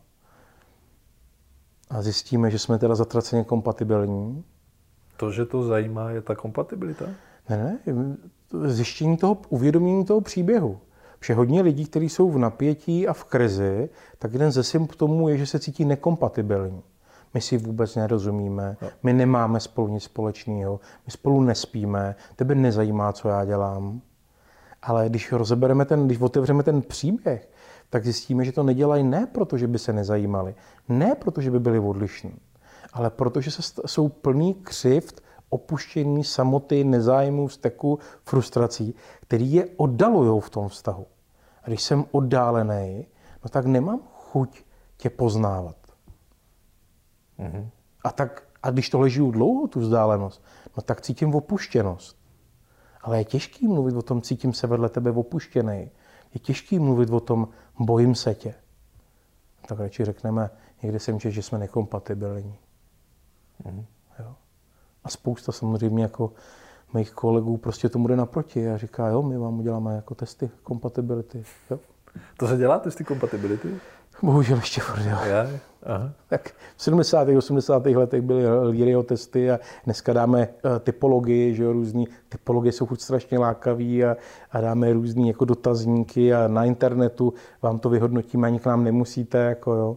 A zjistíme, že jsme teda zatraceně kompatibilní. To, že to zajímá, je ta kompatibilita? Ne, ne, zjištění toho, uvědomění toho příběhu. Protože hodně lidí, kteří jsou v napětí a v krizi, tak jeden ze symptomů je, že se cítí nekompatibilní. My si vůbec nerozumíme, no. My nemáme spolu nic společného, my spolu nespíme, tebe nezajímá, co já dělám. Ale když rozebereme ten, když otevřeme ten příběh, tak zjistíme, že to nedělají ne proto, že by se nezajímali, ne proto, že by byli odlišní, ale protože se jsou plný křivd, opuštění, samoty, nezájmu, vzteku, frustrací, který je oddalujou v tom vztahu. A když jsem oddálený, no tak nemám chuť tě poznávat. Mm-hmm. A, tak, a když tohle žiju dlouho, tu vzdálenost, no tak cítím opuštěnost. Ale je těžký mluvit o tom, cítím se vedle tebe opuštěný. Je těžký mluvit o tom, bojím se tě. Tak radši řekneme, někde jsem čet, že jsme nekompatibilní. Mm-hmm. Jo. A spousta samozřejmě jako mých kolegů prostě tomu jde naproti a říká, jo, my vám uděláme jako testy kompatibility. Jo. To se dělá, testy kompatibility? Bohužel ještě furt, jo. Aha. Tak v sedmdesátých osmdesátých letech byly Learyho testy a dneska dáme typologii, že jo, různý typologie jsou furt strašně lákavý a, a dáme různý jako dotazníky a na internetu vám to vyhodnotíme, ani k nám nemusíte, jako jo.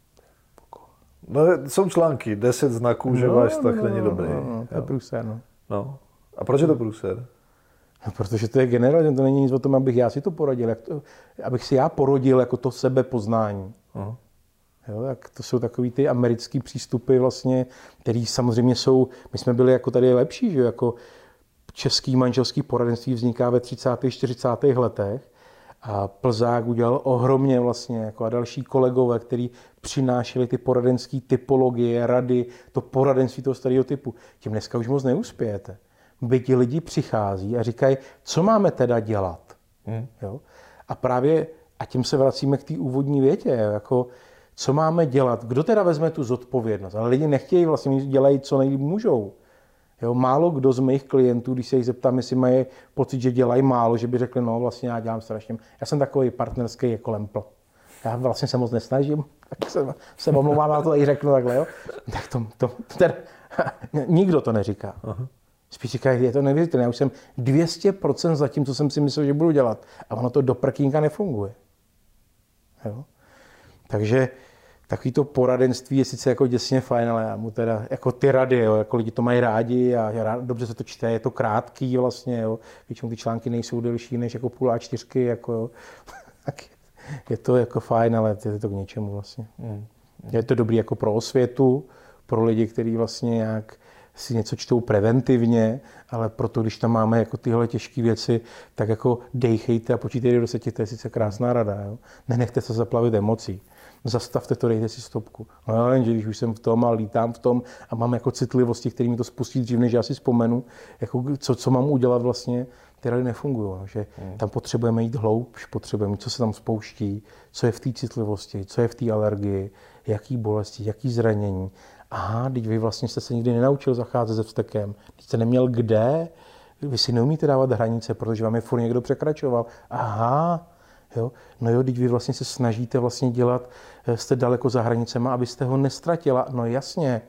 No, jsou články, deset znaků, že no, váš vztah no, není dobrý. No, no, to je průser, no. No. A proč je to průser? No, protože to je generálně, to není nic o tom, abych já si to porodil, jak to, abych si já porodil jako to sebepoznání. Uh-huh. Jo, tak to jsou takový ty americký přístupy vlastně, který samozřejmě jsou, my jsme byli jako tady lepší, že jako český manželský poradenství vzniká ve třicátých čtyřicátých letech a Plzák udělal ohromně vlastně jako a další kolegové, kteří přinášeli ty poradenské typologie, rady, to poradenství toho starého typu. Tím dneska už moc neuspějete. Byť lidi přichází a říkají, co máme teda dělat. Hmm. Jo? A právě, a tím se vracíme k té úvodní větě, jako, co máme dělat, kdo teda vezme tu zodpovědnost. Ale lidi nechtějí vlastně, dělají, co nejlíp můžou. Jo? Málo kdo z mých klientů, když se jich zeptám, jestli mají pocit, že dělají málo, že by řekli, no vlastně já dělám strašně. Já jsem takový partnerský jako lempl. Já vlastně se moc nesnažím, tak se, se omlouvám, já to i řeknu takhle. Jo? Tak to, to, ten, nikdo to neříká. Aha. Spíš říkají, je to nevěřitelné, já už jsem dvě stě procent za tím, co jsem si myslel, že budu dělat. A ono to do prkínka nefunguje. Jo? Takže takový to poradenství je sice jako děsně fajn, ale já mu teda, jako ty rady, jo, jako lidi to mají rádi a dobře se to čte, je to krátký vlastně, jo. Většinou ty články nejsou delší než jako půl á čtyřky, jako jo. Je to jako fajn, ale je to k něčemu vlastně. Mm. Je to dobrý jako pro osvětu, pro lidi, kteří vlastně nějak si něco čtou preventivně, ale proto, když tam máme jako tyhle těžké věci, tak jako dejchejte a počítejte do deseti, to je sice krásná rada. Jo? Nenechte se zaplavit emocí. Zastavte to, dejte si stopku. No jenže když už jsem v tom a lítám v tom a mám jako citlivosti, které mi to spustí dřív, než já si vzpomenu, jako co, co mám udělat vlastně, ty rady nefungují. Že hmm. Tam potřebujeme jít hloubš, potřebujeme mít, co se tam spouští, co je v té citlivosti, co je v té alergii, jaký bolesti, jaký zranění. Aha, teď vy vlastně jste se nikdy nenaučil zacházet se vztekem, teď jste neměl kde, vy si neumíte dávat hranice, protože vám je furt někdo překračoval. Aha, jo, no jo, teď vy vlastně se snažíte vlastně dělat, jste daleko za hranicema, abyste ho nestratila. No jasně,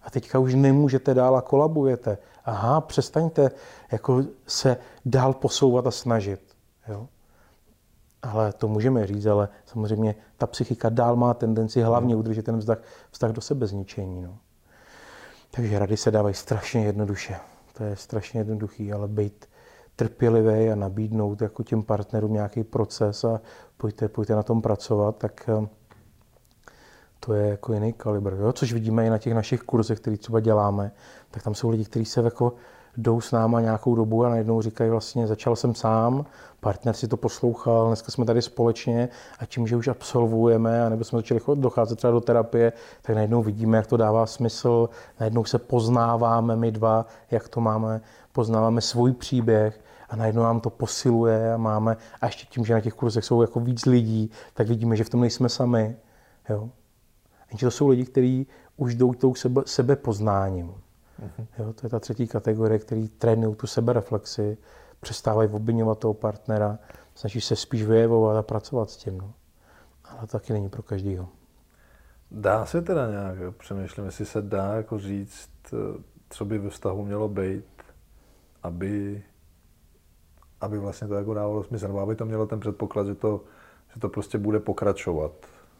A teďka už nemůžete dál a kolabujete. Aha, přestaňte jako se dál posouvat a snažit. Jo? Ale to můžeme říct, ale samozřejmě ta psychika dál má tendenci hlavně udržet ten vztah, vztah do sebezničení. No. Takže rady se dávají strašně jednoduše. To je strašně jednoduchý, ale být trpělivý a nabídnout jako těm partnerům nějaký proces a pojďte, pojďte na tom pracovat, tak to je jako jiný kalibr. Jo? Což vidíme i na těch našich kurzech, které třeba děláme, tak tam jsou lidi, kteří se jako jdou s náma nějakou dobu a najednou říkají vlastně, začal jsem sám, partner si to poslouchal, dneska jsme tady společně a tím, že už absolvujeme, anebo jsme začali docházet třeba do terapie, tak najednou vidíme, jak to dává smysl, najednou se poznáváme my dva, jak to máme, poznáváme svůj příběh a najednou nám to posiluje a máme, a ještě tím, že na těch kurzech jsou jako víc lidí, tak vidíme, že v tom nejsme sami. Jo? Jenže to jsou lidi, kteří už jdou tou sebe, sebepoznáním. Jo, to je ta třetí kategorie, který trénují tu sebereflexi, přestávají obviňovat toho partnera, snaží se spíš vyjevovat a pracovat s tím. No. Ale taky není pro každýho. Dá se teda nějak, přemýšlím, jestli se dá jako říct, co by ve vztahu mělo být, aby, aby vlastně to jako dávalo smysl, nebo aby to mělo ten předpoklad, že to, že to prostě bude pokračovat.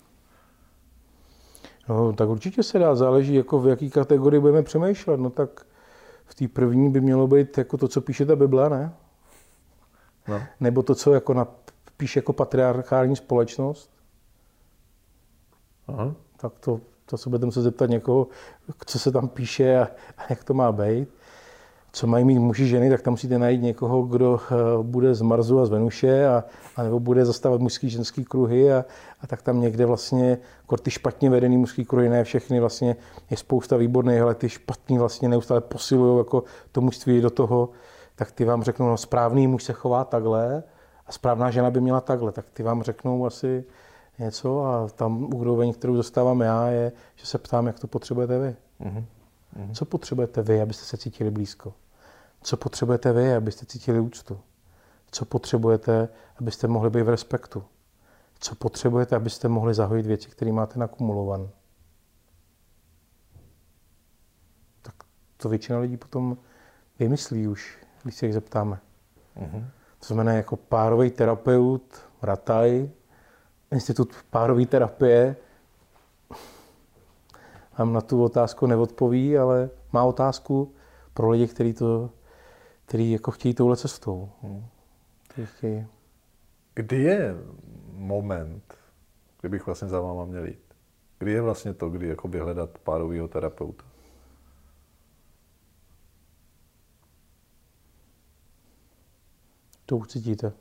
No, tak určitě se dá, záleží, jako v jaký kategorii budeme přemýšlet. No tak v té první by mělo být jako to, co píše ta Bible, ne? No. Nebo to, co jako na, píše jako patriarchální společnost. Aha. Tak to, to se budeme se zeptat někoho, co se tam píše a, a jak to má být. Co mají mít muži, ženy, tak tam musíte najít někoho, kdo bude z Marsu a z Venuše, a, a nebo bude zastávat mužský, ženský kruhy a, a tak tam někde vlastně, jako ty špatně vedený mužský kruhy, ne všechny, vlastně je spousta výborných, ale ty špatný vlastně neustále posilují jako to mužství do toho, tak ty vám řeknou, no správný muž se chová takhle a správná žena by měla takhle, tak ty vám řeknou asi něco a tam úroveň, kterou dostávám já, je, že se ptám, jak to potřebujete vy. Mm-hmm. Co potřebujete vy, abyste se cítili blízko? Co potřebujete vy, abyste cítili úctu? Co potřebujete, abyste mohli být v respektu? Co potřebujete, abyste mohli zahojit věci, které máte nakumulované? Tak to většina lidí potom vymyslí už, když se jich zeptáme. Mm-hmm. To znamená jako párový terapeut, Rataj, institut párové terapie, vám na tu otázku neodpoví, ale má otázku pro lidi, kteří to, který jako chtějí touhle cestou. Hmm. Chtějí. Kdy je moment, kdybych vlastně za váma měl jít? Kdy je vlastně to, kdy jako hledat párovýho terapeuta? To ucítíte.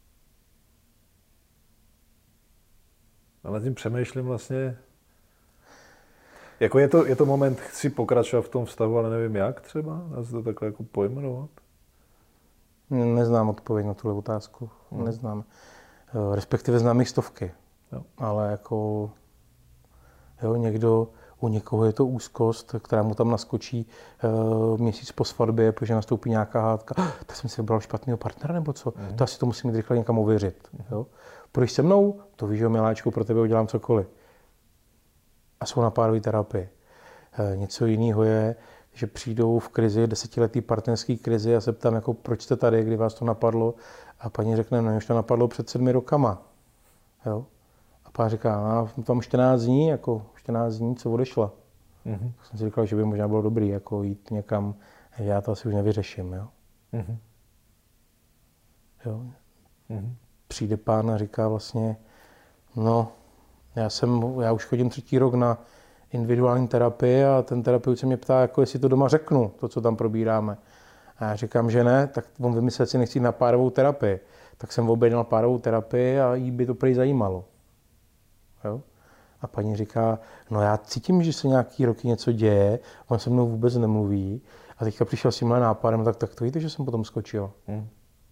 A nad tím přemýšlím vlastně, jako je to, je to moment, chci pokračovat v tom vztahu, ale nevím jak třeba, dá se to takhle jako pojmenovat? Neznám odpověď na tuhle otázku, hmm. neznám. Respektive znám jich stovky, jo. Ale jako jo, někdo, u někoho je to úzkost, která mu tam naskočí uh, měsíc po svatbě, protože nastoupí nějaká hádka. Oh, tak jsem si vybral špatného partnera, nebo co? Hmm. To asi to musím jít rychle někam ověřit. Hmm. Jo? Půjdeš se mnou? To víš, že miláčku, pro tebe udělám cokoliv. A jsou na párové terapii. E, něco jiného je, že přijdou v krizi, desetiletý partnerský krizi a se ptám, jako, proč jste tady, kdy vás to napadlo. A paní řekne, no, už to napadlo před sedmi rokama. Jo? A pán říká, no, tam čtrnáct dní, jako čtrnáct dní, co odešla. Mm-hmm. Tak jsem si říkal, že by možná bylo dobrý jako jít někam, já to asi už nevyřeším. Jo? Mm-hmm. Jo? Mm-hmm. Přijde pán a říká vlastně, no, já, jsem, já už chodím třetí rok na individuální terapii a ten terapeut se mě ptá, jako jestli to doma řeknu, to, co tam probíráme. A já říkám, že ne, tak on vymyslel si nechci na párovou terapii. Tak jsem objednal párovou terapii a jí by to prý zajímalo. Jo? A paní říká, no já cítím, že se nějaký roky něco děje, on se mnou vůbec nemluví. A teďka přišel s tímhle nápadem, tak, tak to víte, že jsem potom skočil. Hmm.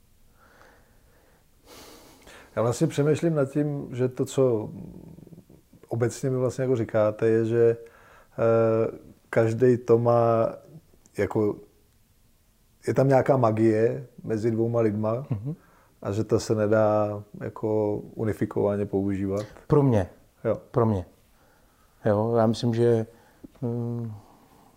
Já vlastně přemýšlím nad tím, že to, co obecně mi vlastně jako říkáte, je, že eh, každý to má jako, je tam nějaká magie mezi dvouma lidma mm-hmm. a že to se nedá jako unifikovaně používat. Pro mě. Jo. Pro mě. Jo, já myslím, že hm,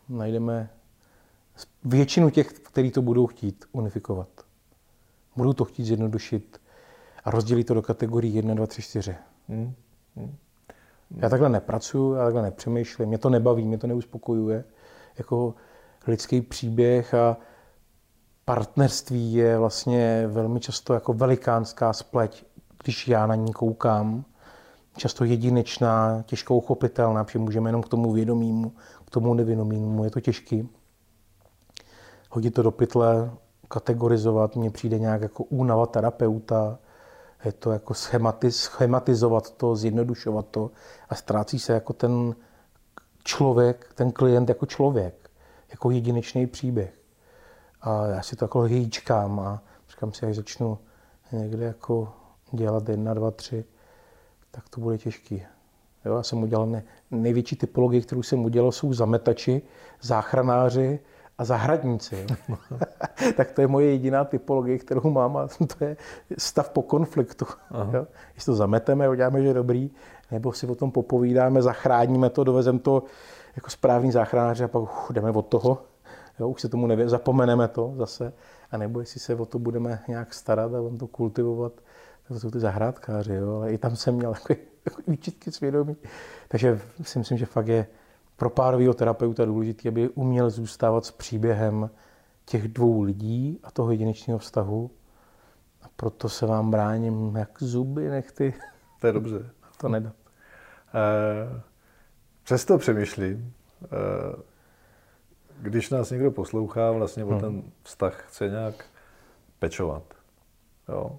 najdeme většinu těch, kteří to budou chtít unifikovat. Budou to chtít zjednodušit a rozdělit to do kategorií jedna, dva, tři, čtyři. Hmm. Hmm. Já takhle nepracuju, já takhle nepřemýšlím, mě to nebaví, mě to neuspokojuje. Jako lidský příběh a partnerství je vlastně velmi často jako velikánská spleť, když já na ní koukám. Často jedinečná, těžko uchopitelná, protože můžeme jenom k tomu vědomímu, k tomu nevědomímu, je to těžký. Hodit to do pytle, kategorizovat, mně přijde nějak jako únava terapeuta, je to jako schematiz, schematizovat to, zjednodušovat to a ztrácí se jako ten člověk, ten klient jako člověk, jako jedinečný příběh. A já si to jako hýčkám a říkám si, až začnu někde jako dělat jedna, dva, tři, tak to bude těžký. Jo, já jsem udělal ne, největší typologii, kterou jsem udělal, jsou zametači, záchranáři a zahradníci. Tak to je moje jediná typologie, kterou mám a to je stav po konfliktu. Jo. Když to zameteme, uděláme, že je dobrý, nebo si o tom popovídáme, zachráníme to, dovezeme to jako správný záchranáři a pak uh, jdeme od toho. Jo, už se tomu nevě, zapomeneme to zase. A nebo jestli se o to budeme nějak starat a on to kultivovat, tak to jsou ty zahrádkáři. Jo. Ale i tam jsem měl takový, takový výčitky svědomí. Takže si myslím, že fakt je pro párovýho terapeuta důležité, aby uměl zůstávat s příběhem těch dvou lidí a toho jedinečného vztahu. A proto se vám bráním jak zuby nechty. To je dobře. To nedá. E, přesto přemýšlím, e, když nás někdo poslouchá, vlastně o ten vztah chce nějak pečovat. Jo?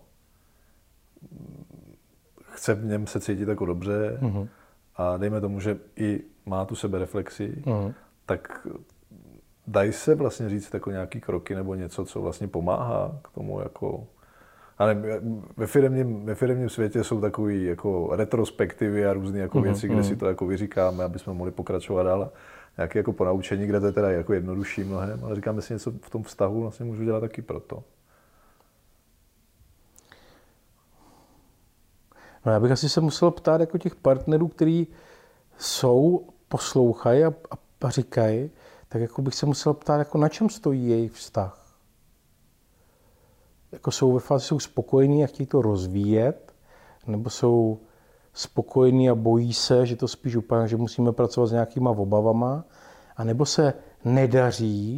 Chce v něm se cítit jako dobře mm-hmm. a dejme tomu, že i má tu sebereflexi, mm-hmm. tak dají se vlastně říct jako nějaký kroky nebo něco, co vlastně pomáhá k tomu jako... A ne, ve firemním, ve firemním světě jsou takový jako retrospektivy a různé jako mm-hmm. věci, kde si to jako vyříkáme, aby jsme mohli pokračovat dál. Nějaké jako ponaučení, kde to je teda jako jednodušší mnohem, ale říkáme si něco v tom vztahu, vlastně můžu dělat taky proto. No já bych asi se musel ptát jako těch partnerů, kteří jsou, poslouchají a, a, a říkají, tak jako bych se musel ptát, jako na čem stojí jejich vztah. Jako jsou ve fázi, jsou spokojení a chtějí to rozvíjet, nebo jsou spokojení a bojí se, že to spíš úplně, že musíme pracovat s nějakýma obavama, a nebo se nedaří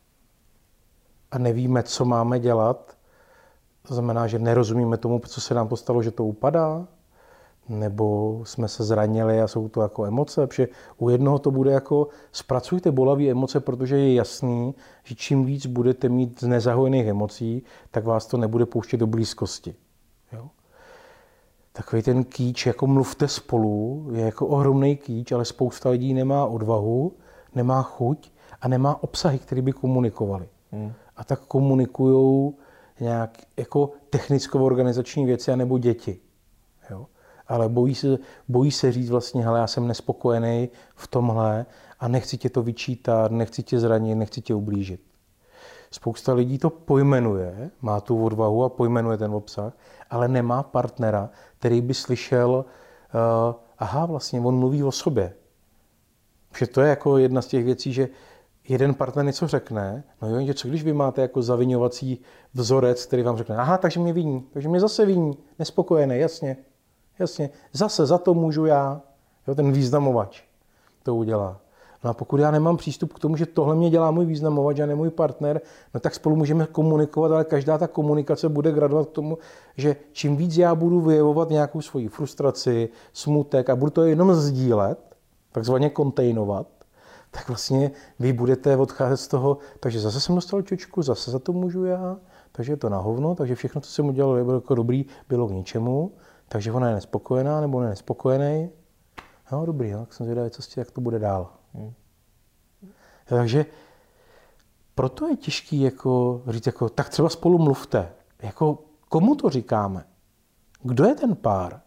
a nevíme, co máme dělat. To znamená, že nerozumíme tomu, co se nám to stalo, že to upadá, nebo jsme se zranili a jsou to jako emoce, protože u jednoho to bude jako zpracujte bolavé emoce, protože je jasný, že čím víc budete mít z nezahojených emocí, tak vás to nebude pouštět do blízkosti. Jo? Takový ten kýč, jako mluvte spolu, je jako ohromný kýč, ale spousta lidí nemá odvahu, nemá chuť a nemá obsahy, které by komunikovali. Hmm. A tak komunikujou nějak jako technicko-organizační věci anebo děti. Jo? Ale bojí se, bojí se říct vlastně, hele, já jsem nespokojený v tomhle a nechci tě to vyčítat, nechci tě zranit, nechci tě ublížit. Spousta lidí to pojmenuje, má tu odvahu a pojmenuje ten obsah, ale nemá partnera, který by slyšel, uh, aha, vlastně on mluví o sobě. Že to je jako jedna z těch věcí, že jeden partner něco řekne, no jo, že co když vy máte jako zaviňovací vzorec, který vám řekne, aha, takže mě viní, takže mě zase viní, nespokojený, jasně, jasně, zase za to můžu já, jo, ten významovač to udělá. No a pokud já nemám přístup k tomu, že tohle mě dělá můj významovač a ne můj partner, no tak spolu můžeme komunikovat, ale každá ta komunikace bude gradovat k tomu, že čím víc já budu vyjevovat nějakou svoji frustraci, smutek a budu to jenom sdílet, takzvaně kontejnovat, tak vlastně vy budete odcházet z toho, takže zase jsem dostal čočku, zase za to můžu já, takže je to na hovno, takže všechno, co jsem udělal, bylo jako dobrý, bylo k ničemu, takže ona je nespokojená nebo ne nespokojený. No dobrý, no, tak jsem zvědavý, co jak to bude dál. Hmm. Takže proto je těžký jako říct, jako, tak třeba spolu mluvte. Jako, komu to říkáme? Kdo je ten pár?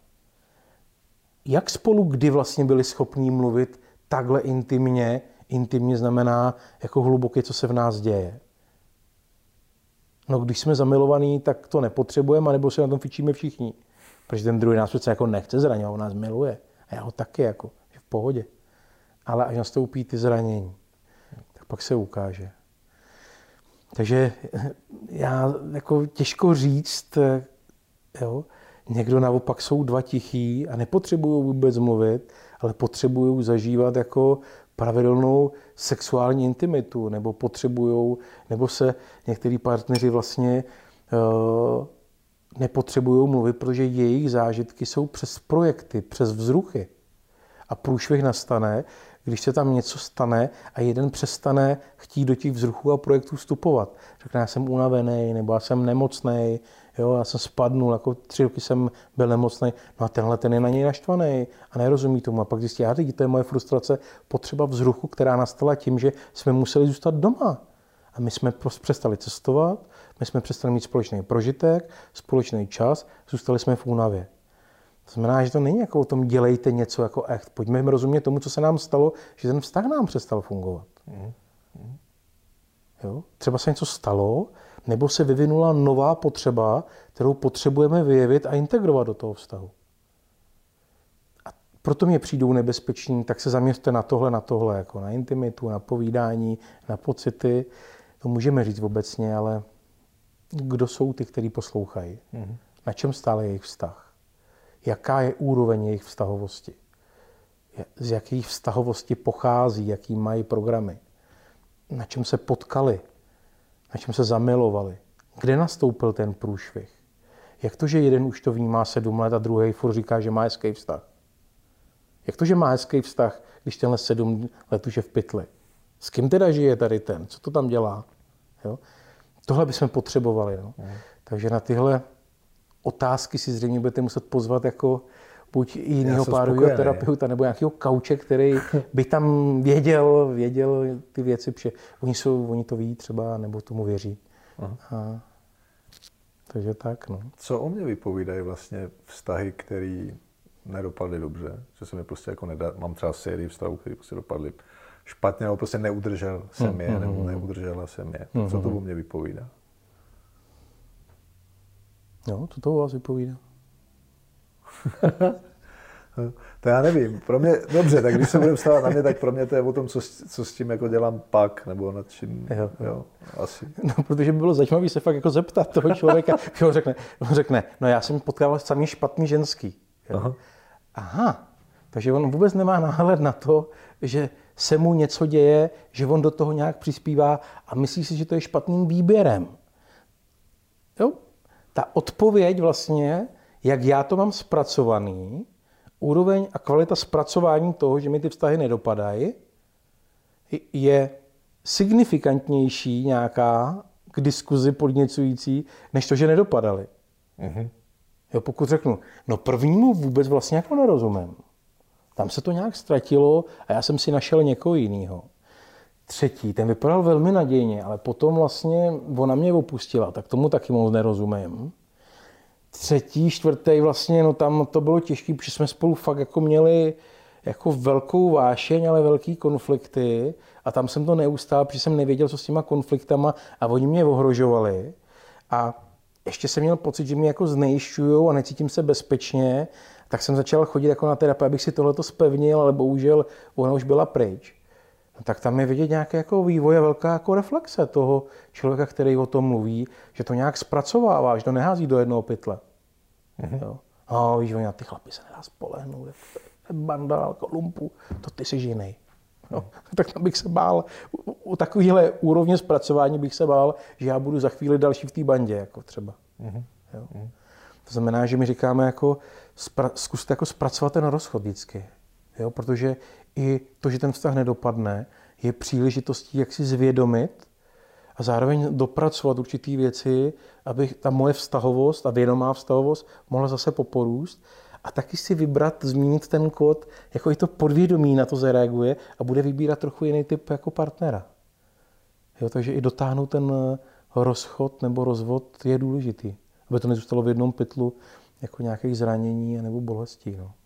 Jak spolu kdy vlastně byli schopní mluvit takhle intimně? Intimně znamená jako hluboké, co se v nás děje. No když jsme zamilovaní, tak to nepotřebujeme, anebo se na tom fičíme všichni. Protože ten druhý nás přece jako nechce zraňovat, on nás miluje. A já ho taky jako, že v pohodě. Ale až nastoupí ty zranění, pak se ukáže. Takže já jako těžko říct, jo, někdo naopak jsou dva tichý a nepotřebují vůbec mluvit, ale potřebují zažívat jako pravidelnou sexuální intimitu, nebo potřebují, nebo se některý partneři vlastně uh, nepotřebují mluvit, protože jejich zážitky jsou přes projekty, přes vzruchy. A průšvih nastane, když se tam něco stane a jeden přestane chtít do těch vzruchů a projektů vstupovat. Řekne, já jsem unavený, nebo já jsem nemocnej, jo, já jsem spadnul, jako tři roky jsem byl nemocnej, no a tenhle ten je na něj naštvaný a nerozumí tomu. A pak zjistí, já teď, to je moje frustrace, potřeba vzruchu, která nastala tím, že jsme museli zůstat doma. A my jsme přestali cestovat, my jsme přestali mít společný prožitek, společný čas, zůstali jsme v únavě. To znamená, že to není jako o tom dělejte něco jako echt. Pojďme rozumět tomu, co se nám stalo, že ten vztah nám přestal fungovat. Jo? Třeba se něco stalo, nebo se vyvinula nová potřeba, kterou potřebujeme vyjevit a integrovat do toho vztahu. A proto mě přijdou nebezpeční, tak se zaměřte na tohle, na tohle, jako na intimitu, na povídání, na pocity. To můžeme říct obecně, ale kdo jsou ty, kteří poslouchají? Mm. Na čem stále jejich vztah? Jaká je úroveň jejich vztahovosti? Z jakých vztahovosti pochází, jaký mají programy? Na čem se potkali? Na čem se zamilovali? Kde nastoupil ten průšvih? Jak to, že jeden už to ví, má sedm let a druhý furt říká, že má hezký vztah? Jak to, že má hezký vztah, když tenhle sedm let už je v pytli? S kým teda žije tady ten? Co to tam dělá? Jo? Tohle bychom potřebovali. No? Mm. Takže na tyhle otázky si zřejmě budete muset pozvat jako buď jinýho párového terapeuta nebo nějakého kauče, který by tam věděl, věděl ty věci, protože oni, jsou, oni to ví třeba, nebo tomu věří. A, takže tak, no. Co o mě vypovídají vlastně vztahy, které nedopadly dobře? Že se mi prostě jako nedá, mám třeba sérii vztahů, které prostě dopadly špatně, nebo prostě neudržel jsem je, mm-hmm. nebo neudržela jsem je. Mm-hmm. Co to o mě vypovídá? Jo, to toho vás vypovídá. To já nevím. Pro mě, dobře, tak když se budeme stávat na mě, tak pro mě to je o tom, co, co s tím jako dělám pak, nebo nad čím, jo, jo, asi. No, protože by bylo zajímavé se fakt jako zeptat toho člověka, že on řekne, on řekne, no já jsem potkával sami špatný ženský. Jo. Aha. Aha, takže on vůbec nemá náhled na to, že se mu něco děje, že on do toho nějak přispívá a myslí si, že to je špatným výběrem. Jo? Ta odpověď vlastně, jak já to mám zpracovaný, úroveň a kvalita zpracování toho, že mi ty vztahy nedopadají, je signifikantnější nějaká k diskuzi podněcující, než to, že nedopadaly. Mm-hmm. Jo, pokud řeknu, no prvnímu vůbec vlastně jako nerozumím. Tam se to nějak ztratilo a já jsem si našel někoho jiného. Třetí, ten vypadal velmi nadějně, ale potom vlastně ona mě opustila, tak tomu taky moc nerozumím. Třetí, čtvrtý vlastně, no tam to bylo těžké, protože jsme spolu fakt jako měli jako velkou vášeň, ale velký konflikty a tam jsem to neustál, protože jsem nevěděl, co s těma konfliktama a oni mě ohrožovali. A ještě jsem měl pocit, že mě jako znejišťujou a necítím se bezpečně, tak jsem začal chodit jako na terapii, abych si tohleto spevnil, ale bohužel ona už byla pryč. No, tak tam je vidět nějaké jako vývoj a velká jako reflexe toho člověka, který o tom mluví, že to nějak zpracovává, že to nehází do jednoho pytle. Mm-hmm. Jo. A víš, oni na ty chlapy se nedá spolehnout, banda, jako lumpu, to ty jsi jiný. No, tak tam bych se bál, u, u takovéhle úrovně zpracování bych se bál, že já budu za chvíli další v té bandě, jako třeba. Mm-hmm. Jo. To znamená, že my říkáme, jako, spra- zkuste jako zpracovat ten rozchod vždycky. Jo? Protože i to, že ten vztah nedopadne, je příležitostí, jak si zvědomit a zároveň dopracovat určitý věci, aby ta moje vztahovost a vědomá vztahovost mohla zase poporůst a taky si vybrat, zmínit ten kód, jako i to podvědomí na to zareaguje a bude vybírat trochu jiný typ jako partnera. Jo? Takže i dotáhnout ten rozchod nebo rozvod je důležitý, aby to nezůstalo v jednom pytlu jako nějakých zranění nebo bolestí. No.